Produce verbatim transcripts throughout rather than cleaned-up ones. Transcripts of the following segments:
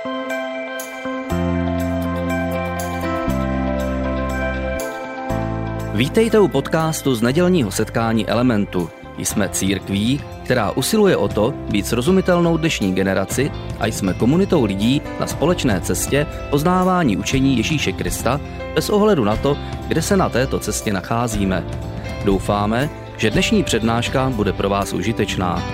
Vítejte u podcastu z nedělního setkání Elementu. Jsme církví, která usiluje o to být srozumitelnou dnešní generaci a jsme komunitou lidí na společné cestě poznávání učení Ježíše Krista bez ohledu na to, kde se na této cestě nacházíme. Doufáme, že dnešní přednáška bude pro vás užitečná.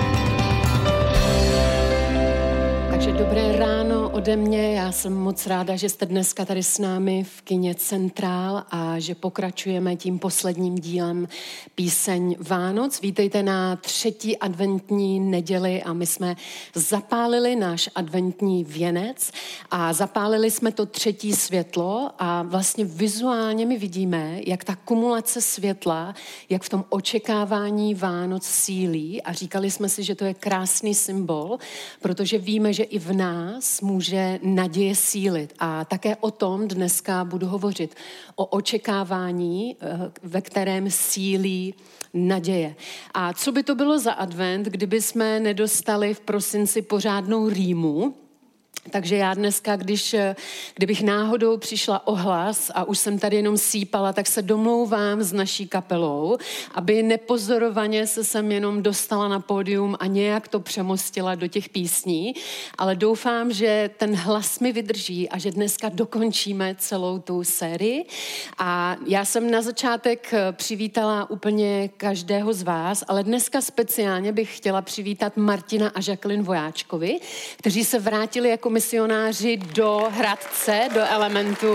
Takže dobré ráno ode mě, já jsem moc ráda, že jste dneska tady s námi v kině Centrál a že pokračujeme tím posledním dílem píseň Vánoc. Vítejte na třetí adventní neděli a my jsme zapálili náš adventní věnec a zapálili jsme to třetí světlo a vlastně vizuálně my vidíme, jak ta kumulace světla, jak v tom očekávání Vánoc sílí a říkali jsme si, že to je krásný symbol, protože víme, že i v nás může naděje sílit. A také o tom dneska budu hovořit. O očekávání, ve kterém sílí naděje. A co by to bylo za advent, kdyby jsme nedostali v prosinci pořádnou rýmu? Takže já dneska, když, kdybych náhodou přišla o hlas a už jsem tady jenom sípala, tak se domlouvám s naší kapelou, aby nepozorovaně se sem jenom dostala na pódium a nějak to přemostila do těch písní, ale doufám, že ten hlas mi vydrží a že dneska dokončíme celou tu sérii. A já jsem na začátek přivítala úplně každého z vás, ale dneska speciálně bych chtěla přivítat Martina a Jacqueline Vojáčkovi, kteří se vrátili jako misionáři do Hradce, do Elementu.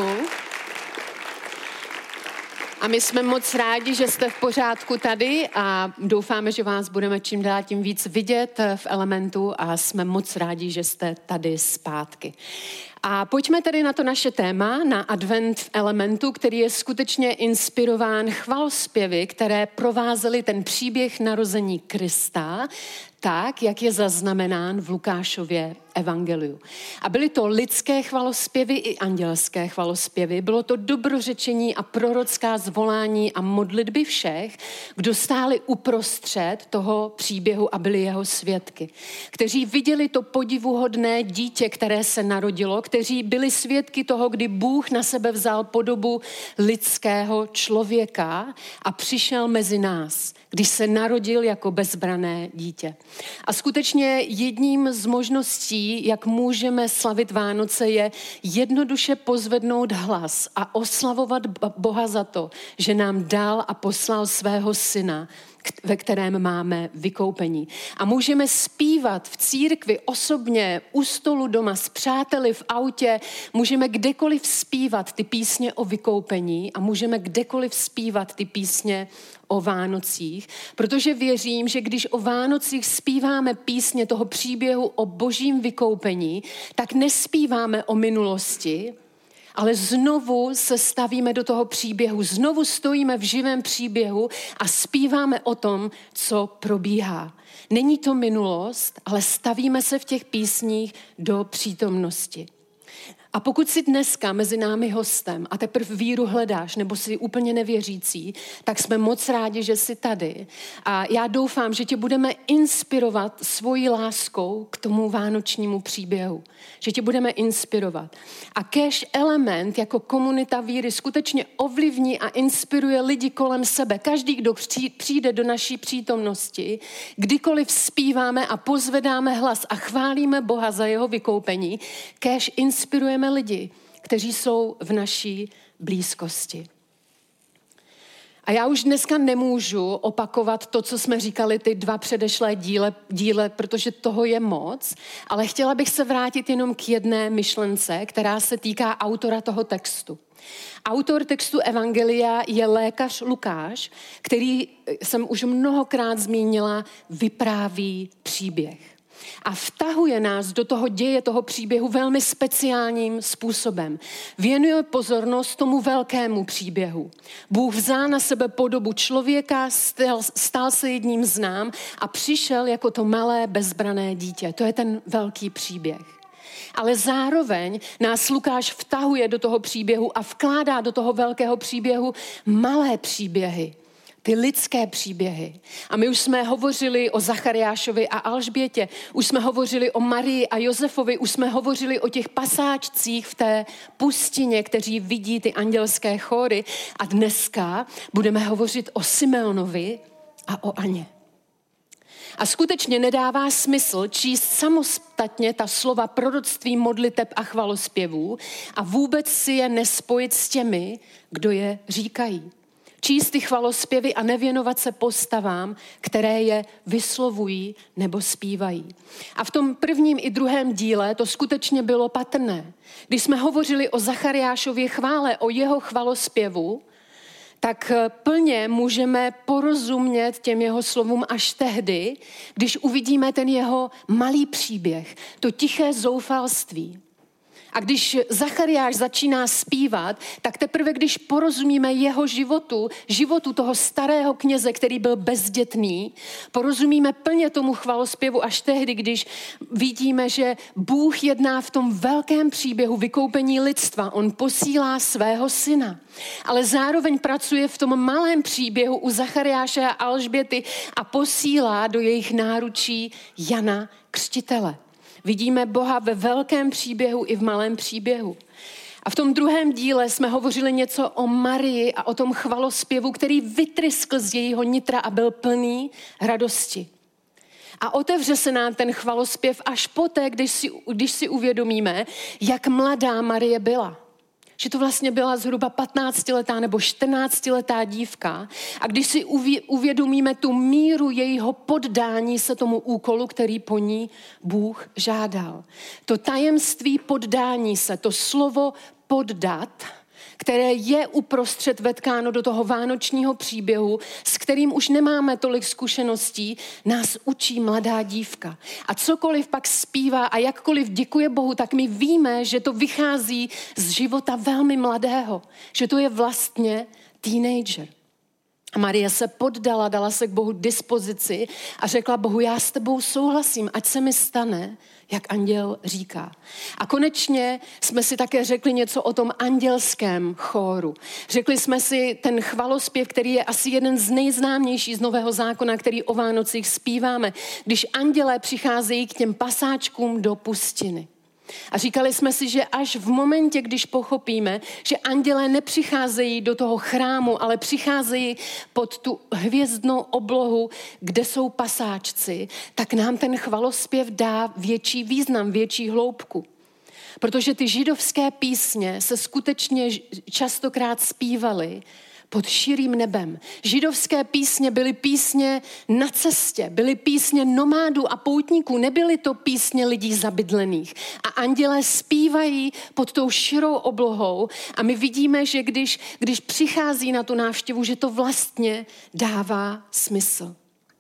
A my jsme moc rádi, že jste v pořádku tady a doufáme, že vás budeme čím dál tím víc vidět v Elementu a jsme moc rádi, že jste tady zpátky. A pojďme tedy na to naše téma, na advent v Elementu, který je skutečně inspirován chvalozpěvy, které provázely ten příběh narození Krista, tak, jak je zaznamenán v Lukášově evangeliu. A byly to lidské chvalozpěvy i andělské chvalozpěvy, bylo to dobrořečení a prorocká zvolání a modlitby všech, kdo stáli uprostřed toho příběhu a byli jeho svědky, kteří viděli to podivuhodné dítě, které se narodilo, kteří byli svědky toho, kdy Bůh na sebe vzal podobu lidského člověka a přišel mezi nás, když se narodil jako bezbrané dítě. A skutečně jedním z možností, jak můžeme slavit Vánoce, je jednoduše pozvednout hlas a oslavovat Boha za to, že nám dal a poslal svého syna, ve kterém máme vykoupení. A můžeme zpívat v církvi, osobně, u stolu doma, s přáteli, v autě, můžeme kdekoliv zpívat ty písně o vykoupení a můžeme kdekoliv zpívat ty písně o Vánocích, protože věřím, že když o Vánocích zpíváme písně toho příběhu o božím vykoupení, tak nespíváme o minulosti, ale znovu se stavíme do toho příběhu, znovu stojíme v živém příběhu a zpíváme o tom, co probíhá. Není to minulost, ale stavíme se v těch písních do přítomnosti. A pokud jsi dneska mezi námi hostem a teprve víru hledáš, nebo jsi úplně nevěřící, tak jsme moc rádi, že jsi tady. A já doufám, že tě budeme inspirovat svojí láskou k tomu vánočnímu příběhu. Že tě budeme inspirovat. A kéž Element jako komunita víry skutečně ovlivní a inspiruje lidi kolem sebe. Každý, kdo přijde do naší přítomnosti, kdykoliv zpíváme a pozvedáme hlas a chválíme Boha za jeho vykoupení, kéž inspirujeme lidi, kteří jsou v naší blízkosti. A já už dneska nemůžu opakovat to, co jsme říkali ty dva předešlé díle, díle, protože toho je moc, ale chtěla bych se vrátit jenom k jedné myšlence, která se týká autora toho textu. Autor textu Evangelia je lékař Lukáš, který jsem už mnohokrát zmínila, vypráví příběh. A vtahuje nás do toho děje, toho příběhu velmi speciálním způsobem. Věnuje pozornost tomu velkému příběhu. Bůh vzal na sebe podobu člověka, stal, stal se jedním z nám a přišel jako to malé bezbrané dítě. To je ten velký příběh. Ale zároveň nás Lukáš vtahuje do toho příběhu a vkládá do toho velkého příběhu malé příběhy. ty lidské příběhy. A my už jsme hovořili o Zachariášovi a Alžbětě, už jsme hovořili o Marii a Josefovi, už jsme hovořili o těch pasáčcích v té pustině, kteří vidí ty andělské chóry. A dneska budeme hovořit o Simeonovi a o Aně. A skutečně nedává smysl číst samostatně ta slova proroctví, modliteb a chvalospěvů a vůbec si je nespojit s těmi, kdo je říkají. Číst ty chvalospěvy a nevěnovat se postavám, které je vyslovují nebo zpívají. A v tom prvním i druhém díle to skutečně bylo patrné. Když jsme hovořili o Zachariášově chvále, o jeho chvalospěvu, tak plně můžeme porozumět těm jeho slovům až tehdy, když uvidíme ten jeho malý příběh, to tiché zoufalství. A když Zachariáš začíná zpívat, tak teprve, když porozumíme jeho životu, životu toho starého kněze, který byl bezdětný, porozumíme plně tomu chvalospěvu až tehdy, když vidíme, že Bůh jedná v tom velkém příběhu vykoupení lidstva. On posílá svého syna, ale zároveň pracuje v tom malém příběhu u Zachariáše a Alžběty a posílá do jejich náručí Jana Křtitele. Vidíme Boha ve velkém příběhu i v malém příběhu. A v tom druhém díle jsme hovořili něco o Marii a o tom chvalospěvu, který vytryskl z jejího nitra a byl plný radosti. A otevře se nám ten chvalospěv až poté, když si, když si uvědomíme, jak mladá Marie byla. Že to vlastně byla zhruba patnáctiletá nebo čtrnáctiletá dívka. A když si uvědomíme tu míru jejího poddání se tomu úkolu, který po ní Bůh žádal. To tajemství poddání se, to slovo poddat, které je uprostřed vetkáno do toho vánočního příběhu, s kterým už nemáme tolik zkušeností, nás učí mladá dívka. A cokoliv pak zpívá a jakkoliv děkuje Bohu, tak my víme, že to vychází z života velmi mladého, že to je vlastně teenager. A Marie se poddala, dala se k Bohu dispozici a řekla Bohu, já s tebou souhlasím, ať se mi stane, jak anděl říká. A konečně jsme si také řekli něco o tom andělském chóru. Řekli jsme si ten chvalospěv, který je asi jeden z nejznámějších z Nového zákona, který o Vánocích zpíváme, když andělé přicházejí k těm pasáčkům do pustiny. A říkali jsme si, že až v momentě, když pochopíme, že andělé nepřicházejí do toho chrámu, ale přicházejí pod tu hvězdnou oblohu, kde jsou pasáčci, tak nám ten chvalospěv dá větší význam, větší hloubku. Protože ty židovské písně se skutečně častokrát zpívaly pod širým nebem. Židovské písně byly písně na cestě, byly písně nomádů a poutníků, nebyly to písně lidí zabydlených. A andělé zpívají pod tou širou oblohou a my vidíme, že když, když přichází na tu návštěvu, že to vlastně dává smysl.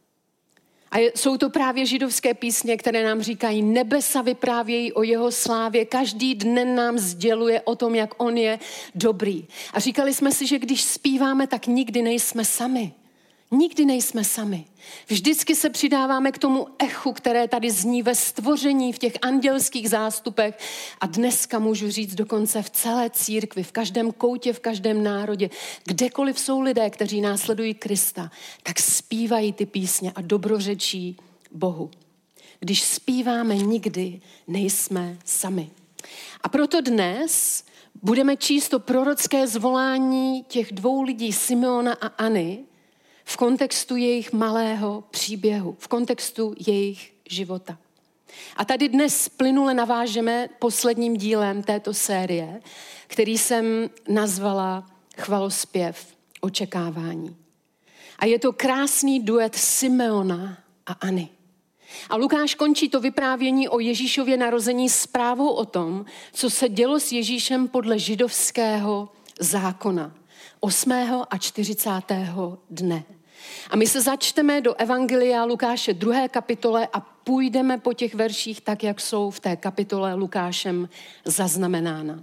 A jsou to právě židovské písně, které nám říkají, nebesa vyprávějí o jeho slávě, každý den nám sděluje o tom, jak on je dobrý. A říkali jsme si, že když zpíváme, tak nikdy nejsme sami. Nikdy nejsme sami. Vždycky se přidáváme k tomu echu, které tady zní ve stvoření, v těch andělských zástupech. A dneska můžu říct dokonce v celé církvi, v každém koutě, v každém národě, kdekoliv jsou lidé, kteří následují Krista, tak zpívají ty písně a dobrořečí Bohu. Když zpíváme, nikdy nejsme sami. A proto dnes budeme číst to prorocké zvolání těch dvou lidí, Simeona a Anny, v kontextu jejich malého příběhu, v kontextu jejich života. A tady dnes plynule navážeme posledním dílem této série, který jsem nazvala Chvalospěv očekávání. A je to krásný duet Simeona a Anny. A Lukáš končí to vyprávění o Ježíšově narození zprávou o tom, co se dělo s Ježíšem podle židovského zákona. osmého a čtyřicátého dne. A my se začteme do Evangelia Lukáše druhé kapitole a půjdeme po těch verších tak, jak jsou v té kapitole Lukášem zaznamenána.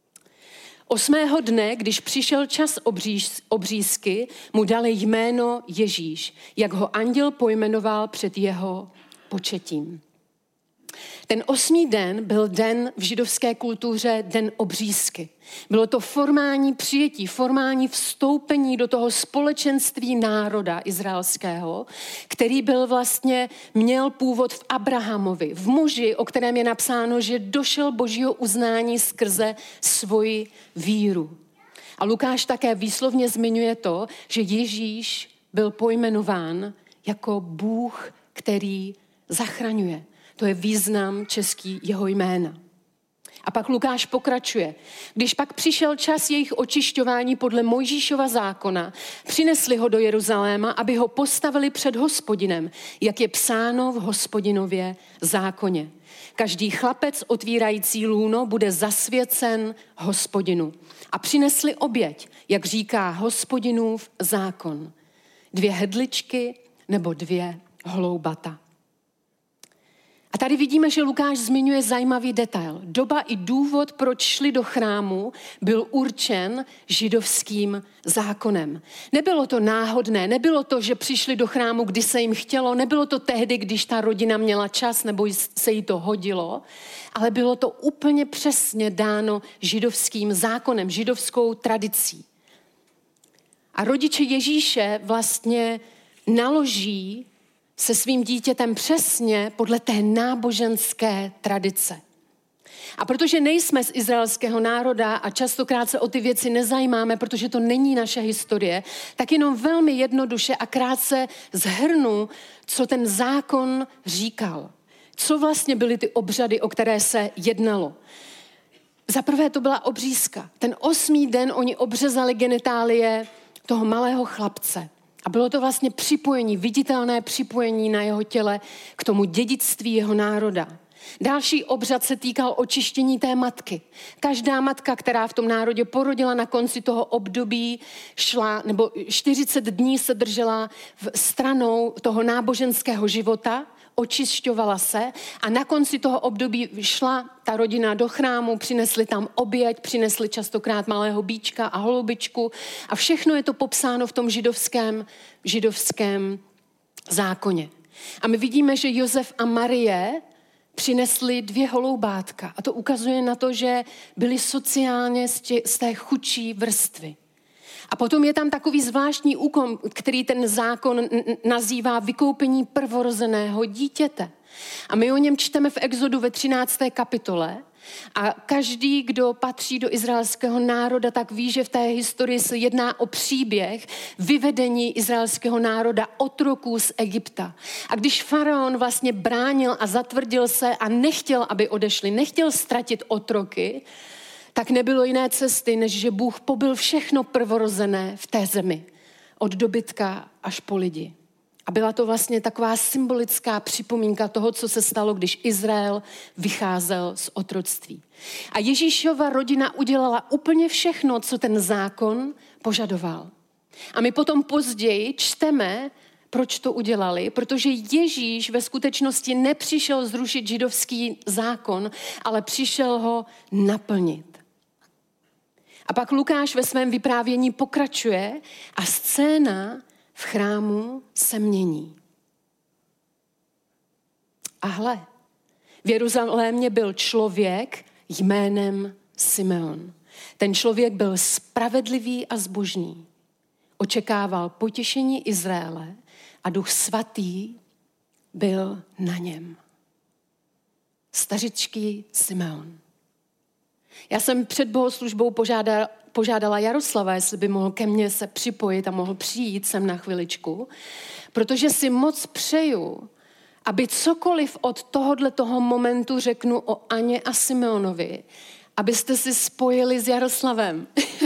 Osmého dne, když přišel čas obříz, obřízky, mu dali jméno Ježíš, jak ho anděl pojmenoval před jeho početím. Ten osmý den byl den v židovské kultuře, den obřízky. Bylo to formální přijetí, formální vstoupení do toho společenství národa izraelského, který byl vlastně, měl původ v Abrahamovi, v muži, o kterém je napsáno, že došel božího uznání skrze svoji víru. A Lukáš také výslovně zmiňuje to, že Ježíš byl pojmenován jako Bůh, který zachraňuje. To je význam český jeho jména. A pak Lukáš pokračuje. Když pak přišel čas jejich očišťování podle Mojžíšova zákona, přinesli ho do Jeruzaléma, aby ho postavili před Hospodinem, jak je psáno v Hospodinově zákoně. Každý chlapec otvírající lůno bude zasvěcen Hospodinu. A přinesli oběť, jak říká Hospodinův zákon. Dvě hedličky nebo dvě hloubata. A tady vidíme, že Lukáš zmiňuje zajímavý detail. Doba i důvod, proč šli do chrámu, byl určen židovským zákonem. Nebylo to náhodné, nebylo to, že přišli do chrámu, kdy se jim chtělo, nebylo to tehdy, když ta rodina měla čas nebo se jí to hodilo, ale bylo to úplně přesně dáno židovským zákonem, židovskou tradicí. A rodiče Ježíše vlastně naloží se svým dítětem přesně podle té náboženské tradice. A protože nejsme z izraelského národa a častokrát se o ty věci nezajímáme, protože to není naše historie, tak jenom velmi jednoduše a krátce shrnu, co ten zákon říkal. Co vlastně byly ty obřady, o které se jednalo. Za prvé to byla obřízka. Ten osmý den oni obřezali genitálie toho malého chlapce. A bylo to vlastně připojení, viditelné připojení na jeho těle k tomu dědictví jeho národa. Další obřad se týkal očištění té matky. Každá matka, která v tom národě porodila na konci toho období, šla, nebo čtyřicet dní se držela v stranou toho náboženského života, očišťovala se a na konci toho období šla ta rodina do chrámu, přinesli tam oběť, přinesli častokrát malého bíčka a holubičku a všechno je to popsáno v tom židovském, židovském zákoně. A my vidíme, že Josef a Marie přinesli dvě holoubátka a to ukazuje na to, že byli sociálně z, tě, z té chudší vrstvy. A potom je tam takový zvláštní úkon, který ten zákon nazývá vykoupení prvorozeného dítěte. A my o něm čteme v Exodu ve třinácté kapitole. A každý, kdo patří do izraelského národa, tak ví, že v té historii se jedná o příběh vyvedení izraelského národa otroků z Egypta. A když faraon vlastně bránil a zatvrdil se a nechtěl, aby odešli, nechtěl ztratit otroky, tak nebylo jiné cesty, než že Bůh pobyl všechno prvorozené v té zemi. Od dobytka až po lidi. A byla to vlastně taková symbolická připomínka toho, co se stalo, když Izrael vycházel z otroctví. A Ježíšova rodina udělala úplně všechno, co ten zákon požadoval. A my potom později čteme, proč to udělali, protože Ježíš ve skutečnosti nepřišel zrušit židovský zákon, ale přišel ho naplnit. A pak Lukáš ve svém vyprávění pokračuje a scéna v chrámu se mění. A hle, v Jeruzalémě byl člověk jménem Simeon. Ten člověk byl spravedlivý a zbožný. Očekával potěšení Izraele a Duch Svatý byl na něm. Stařičký Simeon. Já jsem před bohoslužbou požádala, požádala Jaroslava, jestli by mohl ke mně se připojit a mohl přijít sem na chviličku, protože si moc přeju, aby cokoliv od tohohle toho momentu řeknu o Aně a Simeonovi, abyste si spojili s Jaroslavem.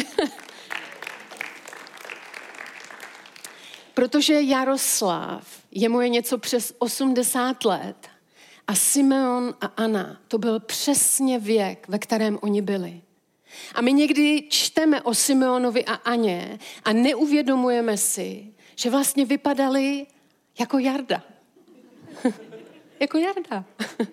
Protože Jaroslav je moje něco přes osmdesát let a Simeon a Anna, to byl přesně věk, ve kterém oni byli. A my někdy čteme o Simeonovi a Aně a neuvědomujeme si, že vlastně vypadali jako Jarda. Jako Jarda.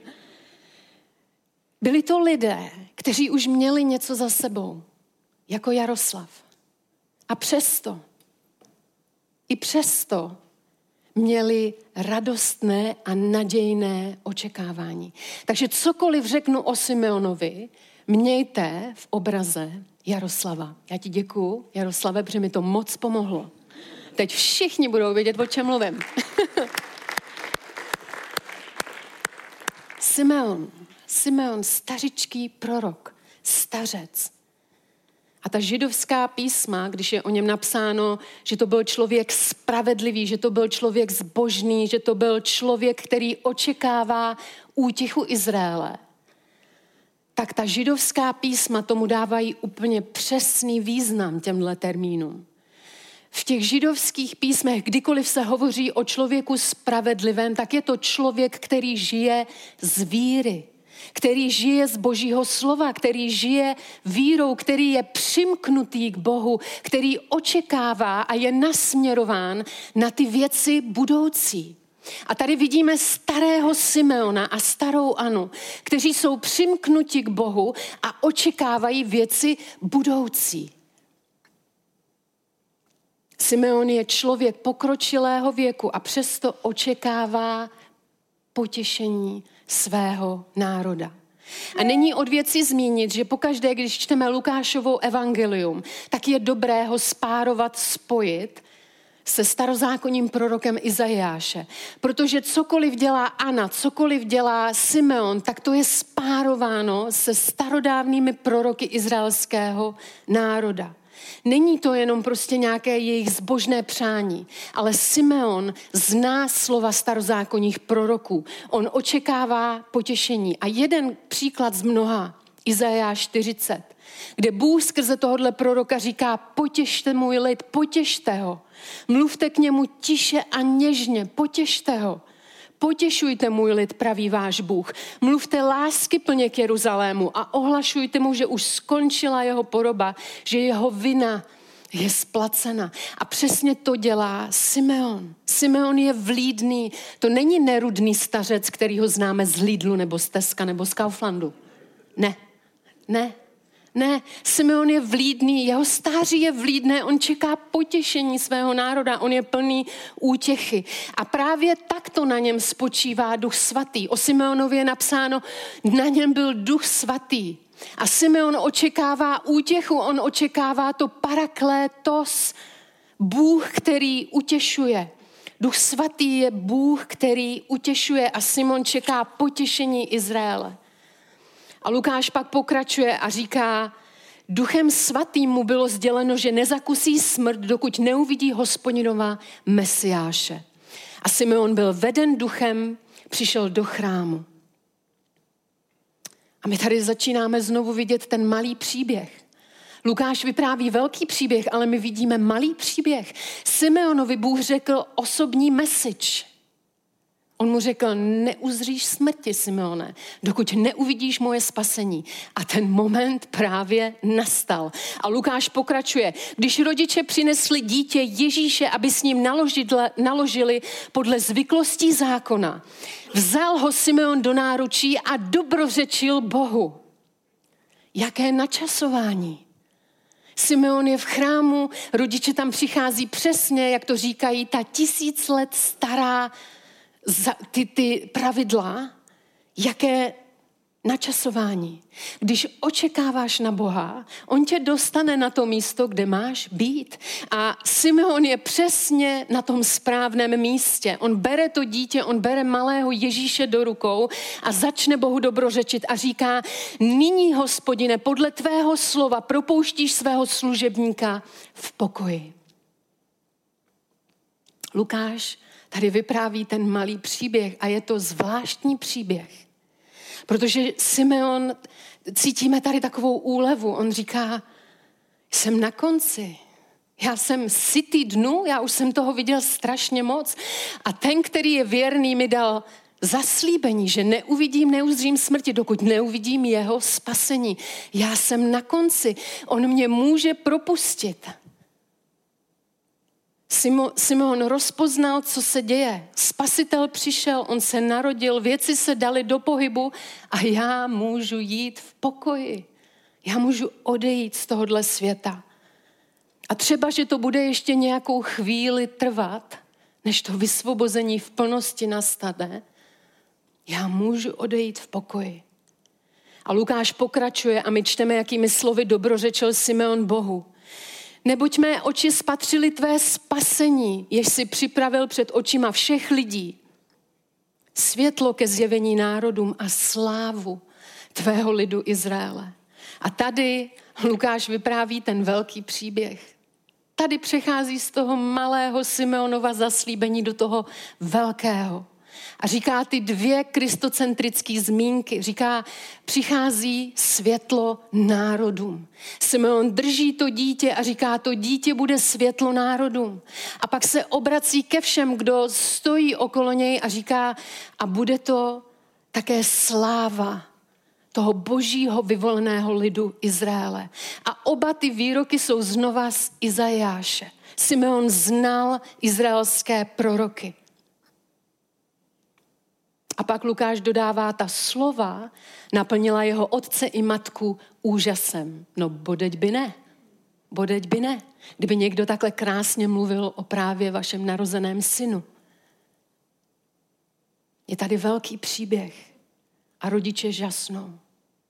Byli to lidé, kteří už měli něco za sebou, jako Jaroslav. A přesto, i přesto měli radostné a nadějné očekávání. Takže cokoliv řeknu o Simeonovi, mějte v obraze Jaroslava. Já ti děkuju, Jaroslave, protože mi to moc pomohlo. Teď všichni budou vědět, o čem mluvím. Simeon, Simeon, stařičký prorok, stařec. A ta židovská písma, když je o něm napsáno, že to byl člověk spravedlivý, že to byl člověk zbožný, že to byl člověk, který očekává útěchu Izraele, tak ta židovská písma tomu dávají úplně přesný význam těmhle termínům. V těch židovských písmech, kdykoliv se hovoří o člověku spravedlivém, tak je to člověk, který žije z víry, který žije z Božího slova, který žije vírou, který je přimknutý k Bohu, který očekává a je nasměrován na ty věci budoucí. A tady vidíme starého Simeona a starou Anu, kteří jsou přimknuti k Bohu a očekávají věci budoucí. Simeon je člověk pokročilého věku a přesto očekává potěšení svého národa. A není od věci zmínit, že pokaždé, když čteme Lukášovo evangelium, tak je dobré ho spárovat, spojit se starozákonním prorokem Izajáše. Protože cokoliv dělá Anna, cokoliv dělá Simeon, tak to je spárováno se starodávnými proroky izraelského národa. Není to jenom prostě nějaké jejich zbožné přání, ale Simeon zná slova starozákonních proroků. On očekává potěšení. A jeden příklad z mnoha, Izajáš čtyřicet, kde Bůh skrze tohohle proroka říká: potěšte můj lid, potěšte ho. Mluvte k němu tiše a něžně, potěšte ho. Potěšujte můj lid, praví váš Bůh. Mluvte láskyplně k Jeruzalému a ohlašujte mu, že už skončila jeho poroba, že jeho vina je splacena. A přesně to dělá Simeon. Simeon je vlídný. To není nerudný stařec, který ho známe z Lidlu nebo z Teska nebo z Kauflandu. Ne, ne. Ne, Simeon je vlídný, jeho stáří je vlídné, on čeká potěšení svého národa, on je plný útěchy. A právě takto na něm spočívá Duch svatý. O Simeonovi je napsáno, na něm byl Duch svatý. A Simeon očekává útěchu, on očekává to paraklétos, Bůh, který utěšuje. Duch svatý je Bůh, který utěšuje a Simon čeká potěšení Izraele. A Lukáš pak pokračuje a říká, Duchem svatým mu bylo sděleno, že nezakusí smrt, dokud neuvidí Hospodinova Mesiáše. A Simeon byl veden duchem, přišel do chrámu. A my tady začínáme znovu vidět ten malý příběh. Lukáš vypráví velký příběh, ale my vidíme malý příběh. Simeonovi Bůh řekl osobní message. On mu řekl, neuzříš smrti, Simeone, dokud neuvidíš moje spasení. A ten moment právě nastal. A Lukáš pokračuje. Když rodiče přinesli dítě Ježíše, aby s ním naložili, naložili podle zvyklostí zákona, vzal ho Simeon do náručí a dobrořečil Bohu. Jaké načasování. Simeon je v chrámu, rodiče tam přichází přesně, jak to říkají, ta tisíc let stará Za ty, ty pravidla, jaké načasování. Když očekáváš na Boha, on tě dostane na to místo, kde máš být. A Simeon je přesně na tom správném místě. On bere to dítě, on bere malého Ježíše do rukou a začne Bohu dobrořečit a říká, nyní, Hospodine, podle tvého slova propouštíš svého služebníka v pokoji. Lukáš tady vypráví ten malý příběh a je to zvláštní příběh. Protože Simeon, cítíme tady takovou úlevu. On říká, jsem na konci. Já jsem sytý dnu, já už jsem toho viděl strašně moc. A ten, který je věrný, mi dal zaslíbení, že neuvidím, neuzřím smrti, dokud neuvidím jeho spasení. Já jsem na konci. On mě může propustit. Simeon rozpoznal, co se děje. Spasitel přišel, on se narodil, věci se daly do pohybu a já můžu jít v pokoji. Já můžu odejít z tohohle světa. A třeba, že to bude ještě nějakou chvíli trvat, než to vysvobození v plnosti nastane, já můžu odejít v pokoji. A Lukáš pokračuje a my čteme, jakými slovy dobrořečil Simeon Bohu. Neboť mé oči spatřily tvé spasení, jež si připravil před očima všech lidí. Světlo ke zjevení národům a slávu tvého lidu Izraele. A tady Lukáš vypráví ten velký příběh. Tady přechází z toho malého Simeonova zaslíbení do toho velkého. A říká ty dvě kristocentrické zmínky. Říká, přichází světlo národům. Simeon drží to dítě a říká, to dítě bude světlo národům. A pak se obrací ke všem, kdo stojí okolo něj a říká, a bude to také sláva toho božího vyvoleného lidu Izraele. A oba ty výroky jsou znova z Izajáše. Simeon znal izraelské proroky. A pak Lukáš dodává, ta slova naplnila jeho otce i matku úžasem. No bodeď by ne. Bodeď by ne. Kdyby někdo takhle krásně mluvil o právě vašem narozeném synu. Je tady velký příběh a rodiče žasnou.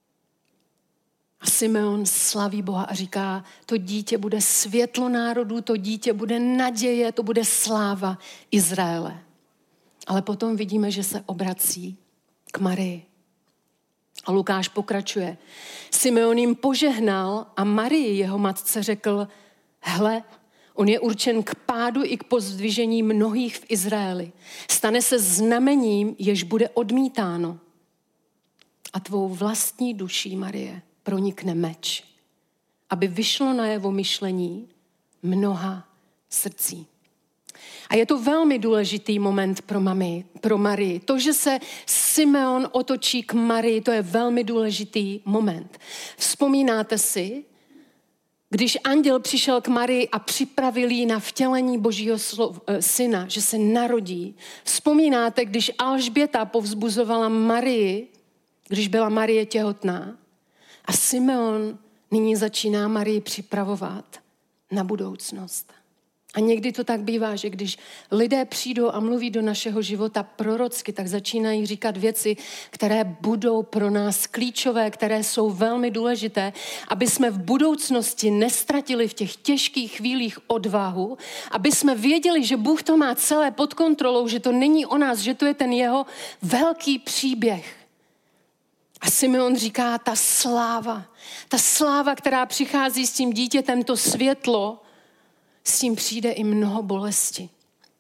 A Simeon slaví Boha a říká, to dítě bude světlo národů, to dítě bude naděje, to bude sláva Izraele. Ale potom vidíme, že se obrací k Marii. A Lukáš pokračuje. Simeon jim požehnal a Marii, jeho matce, řekl, hle, on je určen k pádu i k pozdvižení mnohých v Izraeli. Stane se znamením, jež bude odmítáno. A tvou vlastní duší, Marie, pronikne meč, aby vyšlo najevo myšlení mnoha srdcí. A je to velmi důležitý moment pro mami, pro Marii. To, že se Simeon otočí k Marii, to je velmi důležitý moment. Vzpomínáte si, když anděl přišel k Marii a připravil jí na vtělení Božího slov, syna, že se narodí. Vzpomínáte, když Alžběta povzbuzovala Marii, když byla Marie těhotná. A Simeon nyní začíná Marii připravovat na budoucnost. A někdy to tak bývá, že když lidé přijdou a mluví do našeho života prorocky, tak začínají říkat věci, které budou pro nás klíčové, které jsou velmi důležité, aby jsme v budoucnosti nestratili v těch těžkých chvílích odvahu, aby jsme věděli, že Bůh to má celé pod kontrolou, že to není o nás, že to je ten jeho velký příběh. A Simeon říká, ta sláva, ta sláva, která přichází s tím dítětem, to světlo, s tím přijde i mnoho bolesti.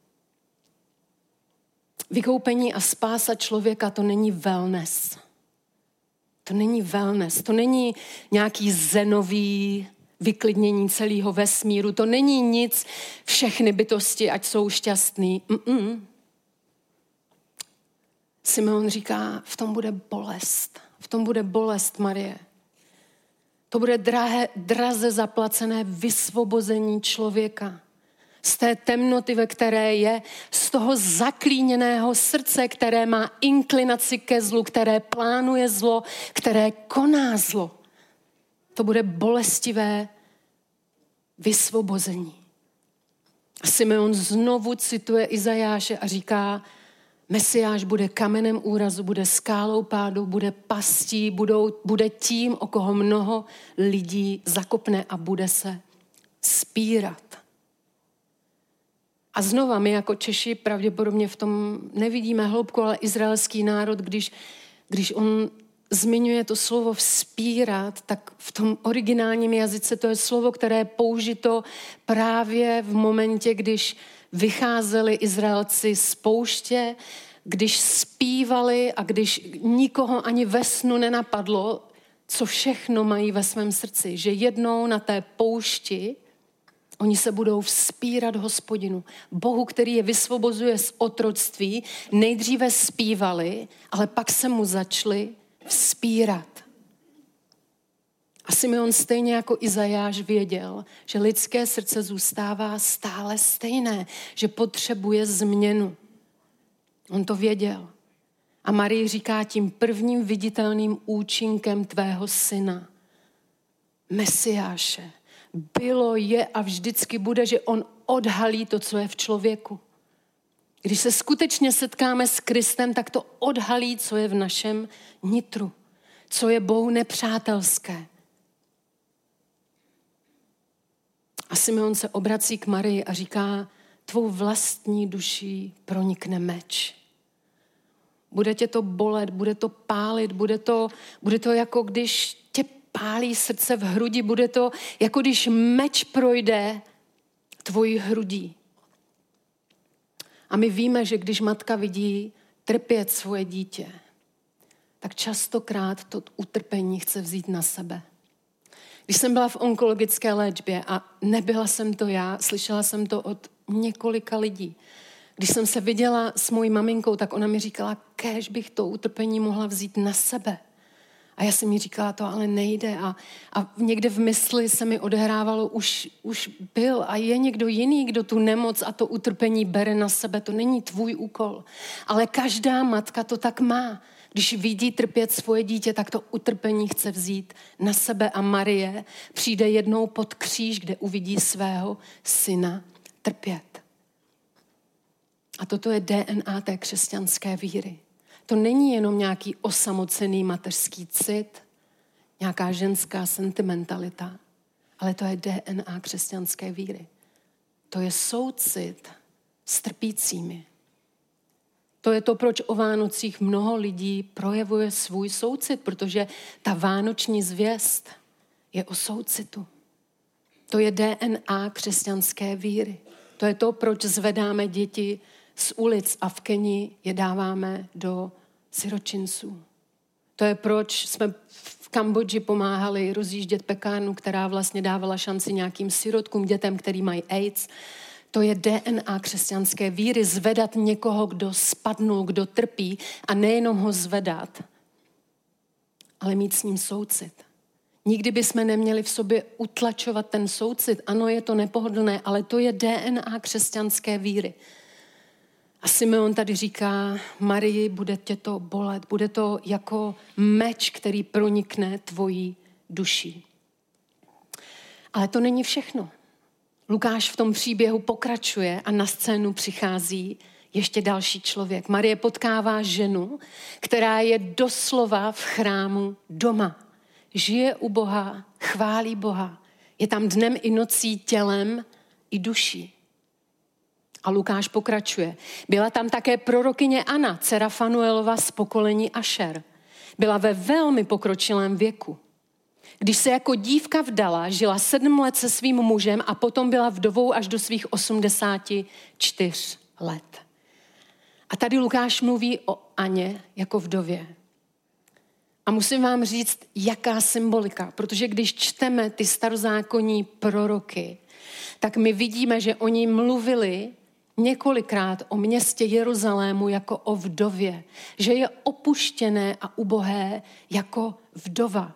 Vykoupení a spása člověka, to není wellness. To není wellness, to není nějaký zenový vyklidnění celého vesmíru, to není nic, všechny bytosti, ať jsou šťastný. Mm-mm. Simeon říká, v tom bude bolest. V tom bude bolest, Marie. To bude drahé, draze zaplacené vysvobození člověka. Z té temnoty, ve které je, z toho zaklíněného srdce, které má inklinaci ke zlu, které plánuje zlo, které koná zlo. To bude bolestivé vysvobození. A Simeon znovu cituje Izajáše a říká, Mesiáš bude kamenem úrazu, bude skálou pádu, bude pastí, budou, bude tím, o koho mnoho lidí zakopne a bude se spírat. A znova my jako Češi pravděpodobně v tom nevidíme hloubku, ale izraelský národ, když, když on zmiňuje to slovo vzpírat, tak v tom originálním jazyce to je slovo, které je použito právě v momentě, když vycházeli Izraelci z pouště, když zpívali a když nikoho ani ve snu nenapadlo, co všechno mají ve svém srdci. Že jednou na té poušti oni se budou vzpírat Hospodinu. Bohu, který je vysvobozuje z otroctví, nejdříve zpívali, ale pak se mu začali vzpírat. A Simeon stejně jako Izajáš věděl, že lidské srdce zůstává stále stejné, že potřebuje změnu. On to věděl. A Marie říká, tím prvním viditelným účinkem tvého syna, Mesiáše, bylo, je a vždycky bude, že on odhalí to, co je v člověku. Když se skutečně setkáme s Kristem, tak to odhalí, co je v našem nitru, co je Bohu nepřátelské. A Simeon se obrací k Marii a říká, tvou vlastní duší pronikne meč. Bude tě to bolet, bude to pálit, bude to, bude to jako když tě pálí srdce v hrudi, bude to jako když meč projde tvojí hrudí. A my víme, že když matka vidí trpět svoje dítě, tak častokrát to utrpení chce vzít na sebe. Když jsem byla v onkologické léčbě a nebyla jsem to já, slyšela jsem to od několika lidí. Když jsem se viděla s mojí maminkou, tak ona mi říkala, kéž bych to utrpení mohla vzít na sebe. A já jsem mi říkala, to ale nejde. A, a někde v mysli se mi odehrávalo, už, už byl a je někdo jiný, kdo tu nemoc a to utrpení bere na sebe. To není tvůj úkol. Ale každá matka to tak má. Když vidí trpět svoje dítě, tak to utrpení chce vzít na sebe. A Marie přijde jednou pod kříž, kde uvidí svého syna trpět. A toto je D N A té křesťanské víry. To není jenom nějaký osamocený mateřský cit, nějaká ženská sentimentalita, ale to je D N A křesťanské víry. To je soucit s trpícími. To je to, proč o Vánocích mnoho lidí projevuje svůj soucit, protože ta vánoční zvěst je o soucitu. To je D N A křesťanské víry. To je to, proč zvedáme děti z ulic a v Keni je dáváme do siročinců. To je, proč jsme v Kambodži pomáhali rozjíždět pekárnu, která vlastně dávala šanci nějakým sirotkům, dětem, který mají AIDS. To je D N A křesťanské víry, zvedat někoho, kdo spadnul, kdo trpí a nejenom ho zvedat, ale mít s ním soucit. Nikdy bychom neměli v sobě utlačovat ten soucit. Ano, je to nepohodlné, ale to je D N A křesťanské víry. A Simeon tady říká, Marii, bude tě to bolet, bude to jako meč, který pronikne tvojí duší. Ale to není všechno. Lukáš v tom příběhu pokračuje a na scénu přichází ještě další člověk. Marie potkává ženu, která je doslova v chrámu doma. Žije u Boha, chválí Boha. Je tam dnem i nocí tělem i duší. A Lukáš pokračuje. Byla tam také prorokyně Anna, dcera Fanuelova z pokolení Ašer. Byla ve velmi pokročilém věku. Když se jako dívka vdala, žila sedm let se svým mužem a potom byla vdovou až do svých osmdesáti čtyř let. A tady Lukáš mluví o Aně jako vdově. A musím vám říct, jaká symbolika, protože když čteme ty starozákonní proroky, tak my vidíme, že oni mluvili několikrát o městě Jeruzalému jako o vdově, že je opuštěné a ubohé jako vdova.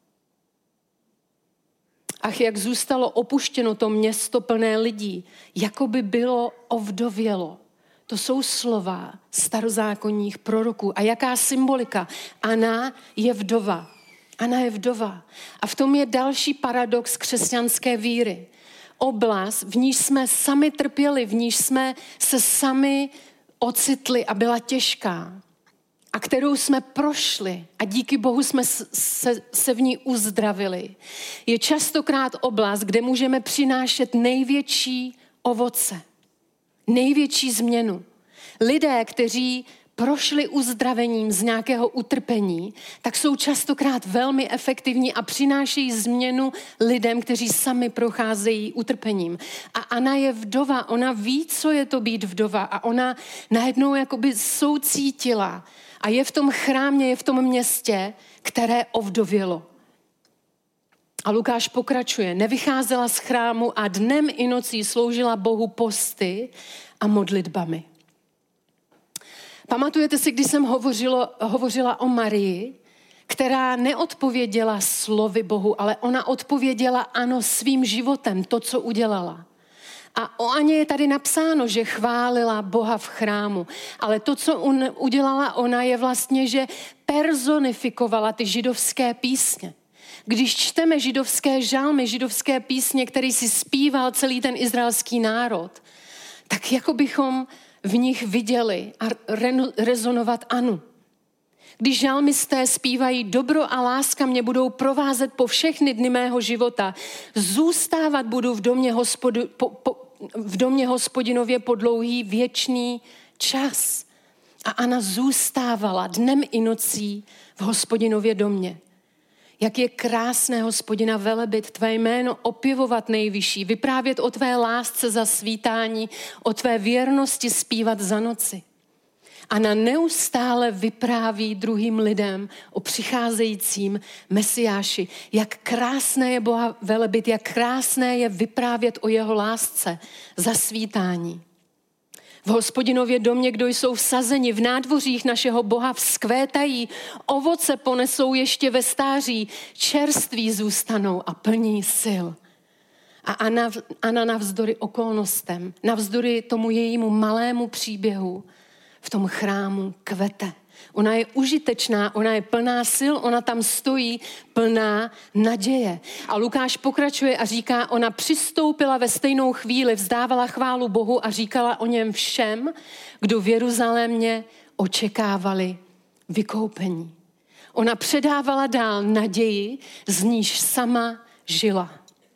Ach, jak zůstalo opuštěno to město plné lidí, jako by bylo ovdovělo. To jsou slova starozákonních proroků. A jaká symbolika? Anna je vdova. Anna je vdova. A v tom je další paradox křesťanské víry. Oblast, v níž jsme sami trpěli, v níž jsme se sami ocitli a byla těžká. A kterou jsme prošli a díky Bohu jsme se, se v ní uzdravili. Je častokrát oblast, kde můžeme přinášet největší ovoce, největší změnu. Lidé, kteří prošli uzdravením z nějakého utrpení, tak jsou častokrát velmi efektivní a přinášejí změnu lidem, kteří sami procházejí utrpením. A Anna je vdova, ona ví, co je to být vdova a ona najednou jakoby soucítila a je v tom chrámě, je v tom městě, které ovdovělo. A Lukáš pokračuje, nevycházela z chrámu a dnem i nocí sloužila Bohu posty a modlitbami. Pamatujete si, když jsem hovořilo, hovořila o Marii, která neodpověděla slovy Bohu, ale ona odpověděla ano svým životem, to, co udělala. A o Aně je tady napsáno, že chválila Boha v chrámu. Ale to, co on, udělala ona, je vlastně, že personifikovala ty židovské písně. Když čteme židovské žalmy, židovské písně, který si zpíval celý ten izraelský národ, tak jako bychom v nich viděli a re- rezonovat Anu. Když žalmisté zpívají dobro a láska mě budou provázet po všechny dny mého života, zůstávat budu v domě, hospodu, po, po, v domě Hospodinově po dlouhý věčný čas. A Ana zůstávala dnem i nocí v Hospodinově domě. Jak je krásné, Hospodina, velebit tvé jméno, opěvovat nejvyšší, vyprávět o tvé lásce za svítání, o tvé věrnosti zpívat za noci. Ana neustále vypráví druhým lidem o přicházejícím Mesiáši. Jak krásné je Boha velebit, jak krásné je vyprávět o jeho lásce za svítání. V Hospodinově domě, kdo jsou vsazeni, v nádvořích našeho Boha vzkvétají, ovoce ponesou ještě ve stáří, čerství zůstanou a plní sil. A Ana, Ana navzdory okolnostem, navzdory tomu jejímu malému příběhu, v tom chrámu kvete. Ona je užitečná, ona je plná sil, ona tam stojí plná naděje. A Lukáš pokračuje a říká, ona přistoupila ve stejnou chvíli, vzdávala chválu Bohu a říkala o něm všem, kdo v Jeruzalémě očekávali vykoupení. Ona předávala dál naději, z níž sama žila.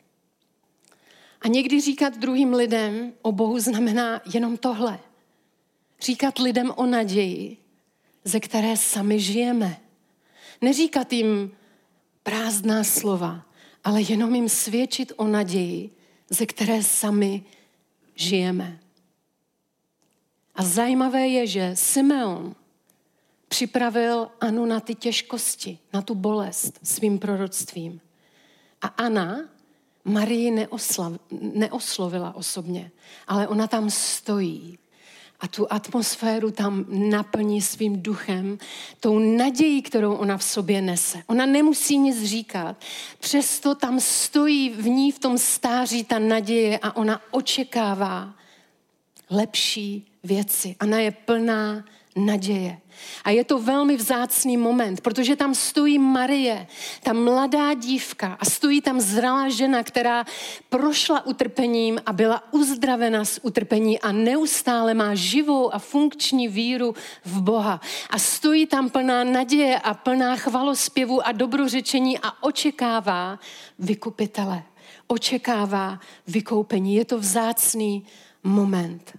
A někdy říkat druhým lidem o Bohu znamená jenom tohle. Říkat lidem o naději, ze které sami žijeme. Neříkat jim prázdná slova, ale jenom jim svědčit o naději, ze které sami žijeme. A zajímavé je, že Simeon připravil Anu na ty těžkosti, na tu bolest svým proroctvím. A Ana Marii neoslav, neoslovila osobně, ale ona tam stojí. A tu atmosféru tam naplní svým duchem, tou nadějí, kterou ona v sobě nese. Ona nemusí nic říkat, přesto tam stojí v ní v tom stáří ta naděje a ona očekává lepší věci. Ona je plná naděje. A je to velmi vzácný moment, protože tam stojí Marie, ta mladá dívka a stojí tam zralá žena, která prošla utrpením a byla uzdravena z utrpení a neustále má živou a funkční víru v Boha. A stojí tam plná naděje a plná chvalospěvu a dobrořečení a očekává vykupitele. Očekává vykoupení. Je to vzácný moment.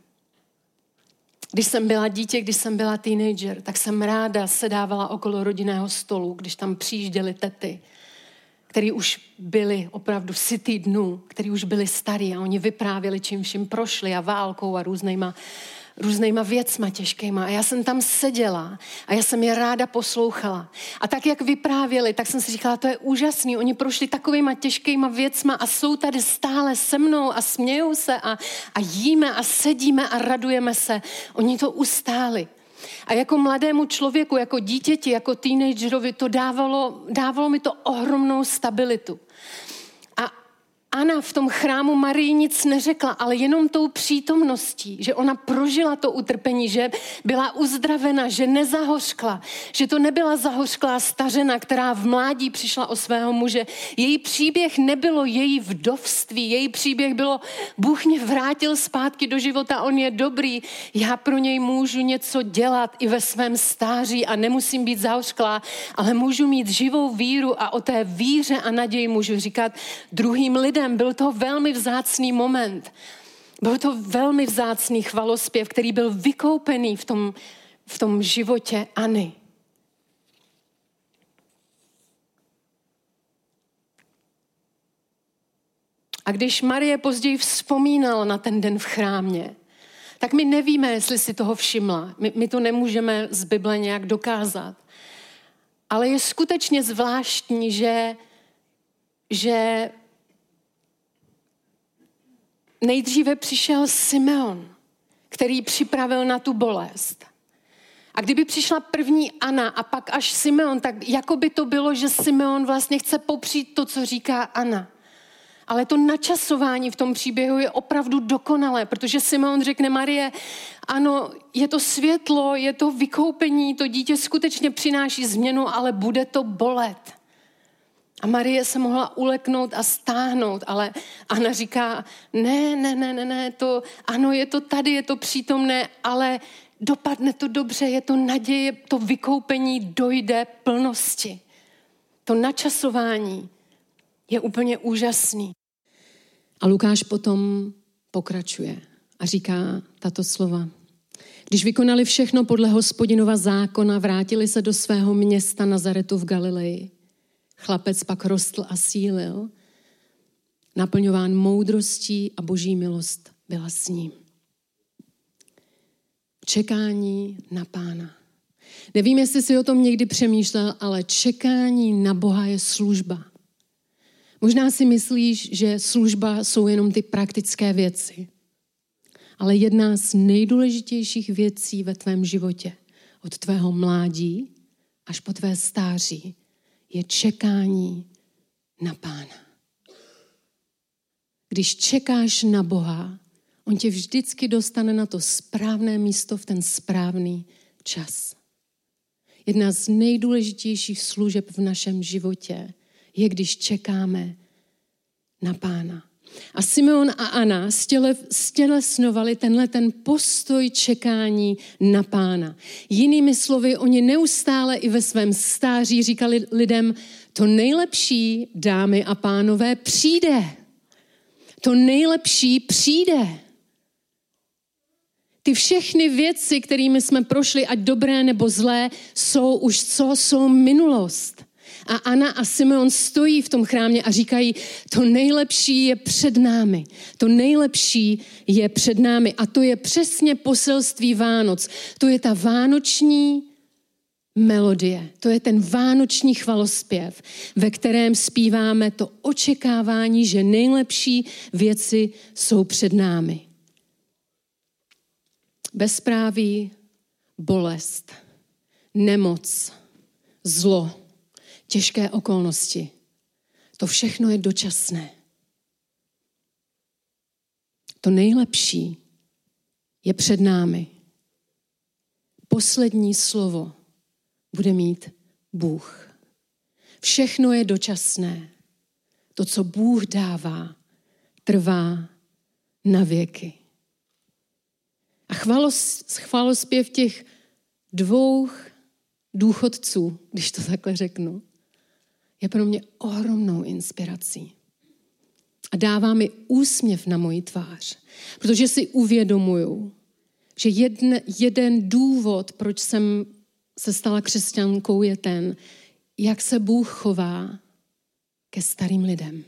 Když jsem byla dítě, když jsem byla teenager, tak jsem ráda sedávala okolo rodinného stolu, když tam přijížděly tety, který už byli opravdu sytý dnů, který už byli starí a oni vyprávěli, čím vším prošli a válkou a různýma, různýma věcma těžkýma. A já jsem tam seděla a já jsem je ráda poslouchala. A tak, jak vyprávěli, tak jsem si říkala, to je úžasný. Oni prošli takovýma těžkýma věcma a jsou tady stále se mnou a smějou se a, a jíme a sedíme a radujeme se. Oni to ustáli. A jako mladému člověku, jako dítěti, jako teenagerovi, to dávalo, dávalo mi to ohromnou stabilitu. A Ana v tom chrámu Marii nic neřekla, ale jenom tou přítomností, že ona prožila to utrpení, že byla uzdravena, že nezahořkla, že to nebyla zahořklá stařena, která v mládí přišla o svého muže. Její příběh nebylo její vdovství, její příběh bylo, Bůh mě vrátil zpátky do života, on je dobrý, já pro něj můžu něco dělat i ve svém stáří a nemusím být zahořklá, ale můžu mít živou víru a o té víře a naději můžu říkat druhým lidem. Byl to velmi vzácný moment. Byl to velmi vzácný chvalospěv, který byl vykoupený v tom, v tom životě Any. A když Marie později vzpomínala na ten den v chrámě, tak my nevíme, jestli si toho všimla. My, my to nemůžeme z Bible nějak dokázat. Ale je skutečně zvláštní, že, že nejdříve přišel Simeon, který připravil na tu bolest. A kdyby přišla první Ana a pak až Simeon, tak jako by to bylo, že Simeon vlastně chce popřít to, co říká Ana. Ale to načasování v tom příběhu je opravdu dokonalé, protože Simeon řekne Marie, ano, je to světlo, je to vykoupení, to dítě skutečně přináší změnu, ale bude to bolet. A Marie se mohla uleknout a stáhnout, ale Anna říká, ne, ne, ne, ne, ne, to, ano, je to tady, je to přítomné, ale dopadne to dobře, je to naděje, to vykoupení dojde plnosti. To načasování je úplně úžasný. A Lukáš potom pokračuje a říká tato slova. Když vykonali všechno podle Hospodinova zákona, vrátili se do svého města Nazaretu v Galileji. Chlapec pak rostl a sílil, naplňován moudrostí a boží milost byla s ním. Čekání na Pána. Nevím, jestli si o tom někdy přemýšlel, ale čekání na Boha je služba. Možná si myslíš, že služba jsou jenom ty praktické věci. Ale jedna z nejdůležitějších věcí ve tvém životě, od tvého mládí až po tvé stáří, je čekání na Pána. Když čekáš na Boha, on tě vždycky dostane na to správné místo v ten správný čas. Jedna z nejdůležitějších služeb v našem životě je, když čekáme na Pána. A Simeon a Anna stělesňovali tenhle ten postoj čekání na Pána. Jinými slovy, oni neustále i ve svém stáří říkali lidem, to nejlepší, dámy a pánové, přijde. To nejlepší přijde. Ty všechny věci, kterými jsme prošli, ať dobré nebo zlé, jsou už co? Jsou minulost. A Anna a Simeon stojí v tom chrámě a říkají, to nejlepší je před námi. To nejlepší je před námi. A to je přesně poselství Vánoc. To je ta vánoční melodie. To je ten vánoční chvalospěv, ve kterém zpíváme to očekávání, že nejlepší věci jsou před námi. Bezpráví, bolest, nemoc, zlo, těžké okolnosti. To všechno je dočasné. To nejlepší je před námi. Poslední slovo bude mít Bůh. Všechno je dočasné. To, co Bůh dává, trvá na věky. A chvalos, chvalospěv těch dvou důchodců, když to takhle řeknu, je pro mě ohromnou inspirací. A dává mi úsměv na moji tvář, protože si uvědomuju, že jeden, jeden důvod, proč jsem se stala křesťankou, je ten, jak se Bůh chová ke starým lidem.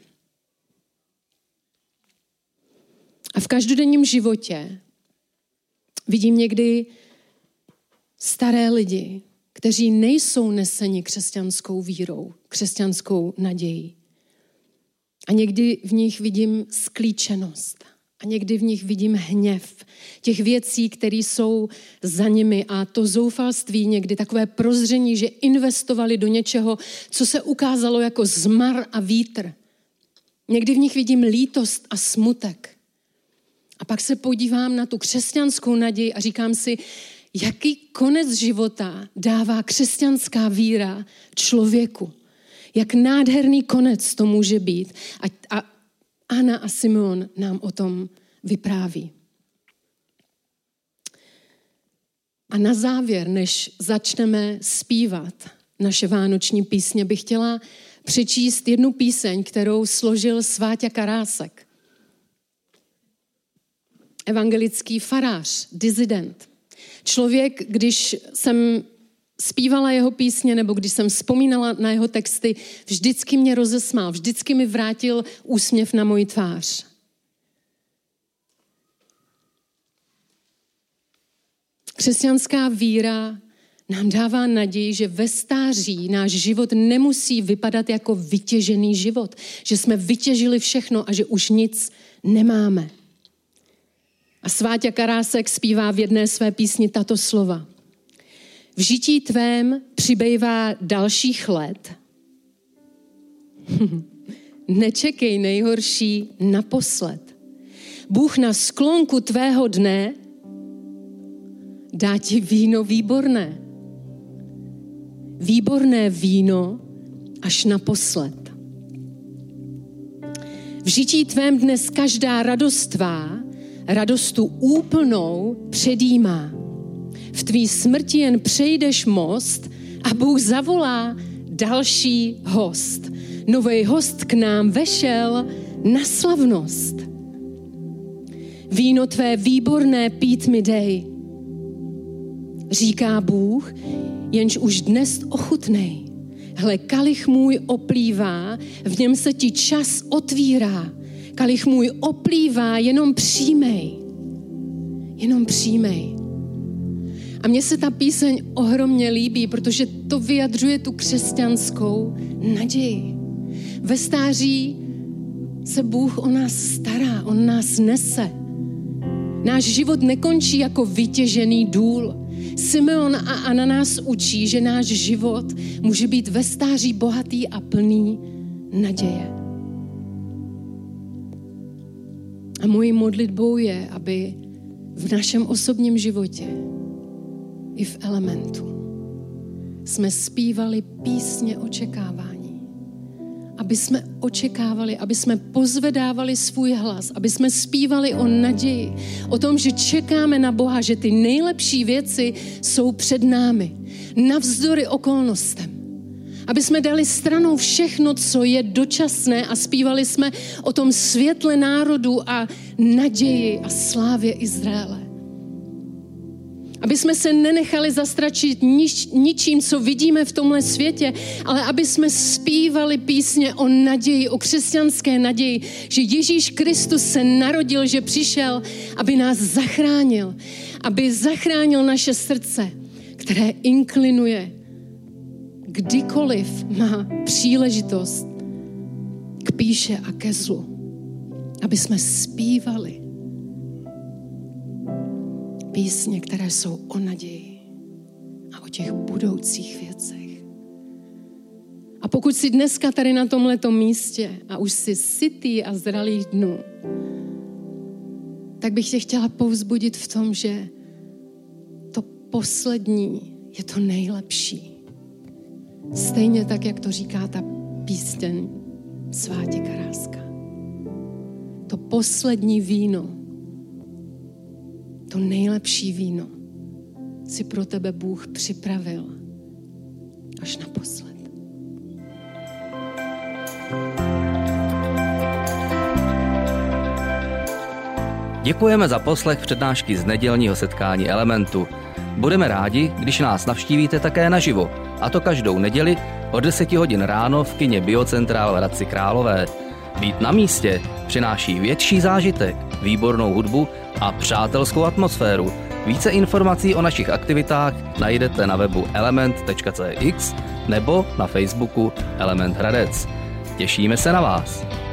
A v každodenním životě vidím někdy staré lidi, kteří nejsou neseni křesťanskou vírou, křesťanskou nadějí. A někdy v nich vidím sklíčenost. A někdy v nich vidím hněv. Těch věcí, které jsou za nimi. A to zoufalství, někdy takové prozření, že investovali do něčeho, co se ukázalo jako zmar a vítr. Někdy v nich vidím lítost a smutek. A pak se podívám na tu křesťanskou naději a říkám si, jaký konec života dává křesťanská víra člověku. Jak nádherný konec to může být. A, a Anna a Simeon nám o tom vypráví. A na závěr, než začneme zpívat naše vánoční písně, bych chtěla přečíst jednu píseň, kterou složil Sváťa Karásek. Evangelický farář, disident. Člověk, když jsem zpívala jeho písně nebo když jsem vzpomínala na jeho texty, vždycky mě rozesmál, vždycky mi vrátil úsměv na moji tvář. Křesťanská víra nám dává naději, že ve stáří náš život nemusí vypadat jako vytěžený život, že jsme vytěžili všechno a že už nic nemáme. A Sváťa Karásek zpívá v jedné své písni tato slova. V žití tvém přibývá dalších let. Nečekej nejhorší naposled. Bůh na sklonku tvého dne dá ti víno výborné. Výborné víno až naposled. žití tvém dnes každá radost tvá, radost tu úplnou předjímá. V tvý smrti jen přejdeš most a Bůh zavolá další host. Nový host k nám vešel na slavnost. Víno tvé výborné pít mi dej, říká Bůh, jenž už dnes ochutnej. Hle, kalich můj oplývá, v něm se ti čas otvírá. Kalich můj oplývá, jenom přijmej. Jenom přijmej. A mně se ta píseň ohromně líbí, protože to vyjadřuje tu křesťanskou naději. Ve stáří se Bůh o nás stará, on nás nese. Náš život nekončí jako vytěžený důl. Simeon a Anna nás učí, že náš život může být ve stáří bohatý a plný naděje. A mojí modlitbou je, aby v našem osobním životě i v elementu jsme zpívali písně očekávání. Aby jsme očekávali, aby jsme pozvedávali svůj hlas, aby jsme zpívali o naději, o tom, že čekáme na Boha, že ty nejlepší věci jsou před námi, navzdory okolnostem. Aby jsme dali stranou všechno, co je dočasné a zpívali jsme o tom světle národu a naději a slávě Izraele. Aby jsme se nenechali zastračit nič, ničím, co vidíme v tomhle světě, ale aby jsme zpívali písně o naději, o křesťanské naději, že Ježíš Kristus se narodil, že přišel, aby nás zachránil, aby zachránil naše srdce, které inklinuje, kdykoliv má příležitost k píše a ke zlu. Aby jsme zpívali písně, které jsou o naději a o těch budoucích věcech. A pokud jsi dneska tady na tomhletom místě a už jsi sytý a zralých dnů, tak bych tě chtěla povzbudit v tom, že to poslední je to nejlepší. Stejně tak, jak to říká ta píseň Svátě Karáska. To poslední víno, to nejlepší víno si pro tebe Bůh připravil až naposled. Děkujeme za poslech přednášky z nedělního setkání Elementu. Budeme rádi, když nás navštívíte také naživo, a to každou neděli od deseti hodin ráno v kině Biocentrál v Hradci Králové. Být na místě přináší větší zážitek, výbornou hudbu a přátelskou atmosféru. Více informací o našich aktivitách najdete na webu element tečka cé x nebo na Facebooku Element Hradec. Těšíme se na vás.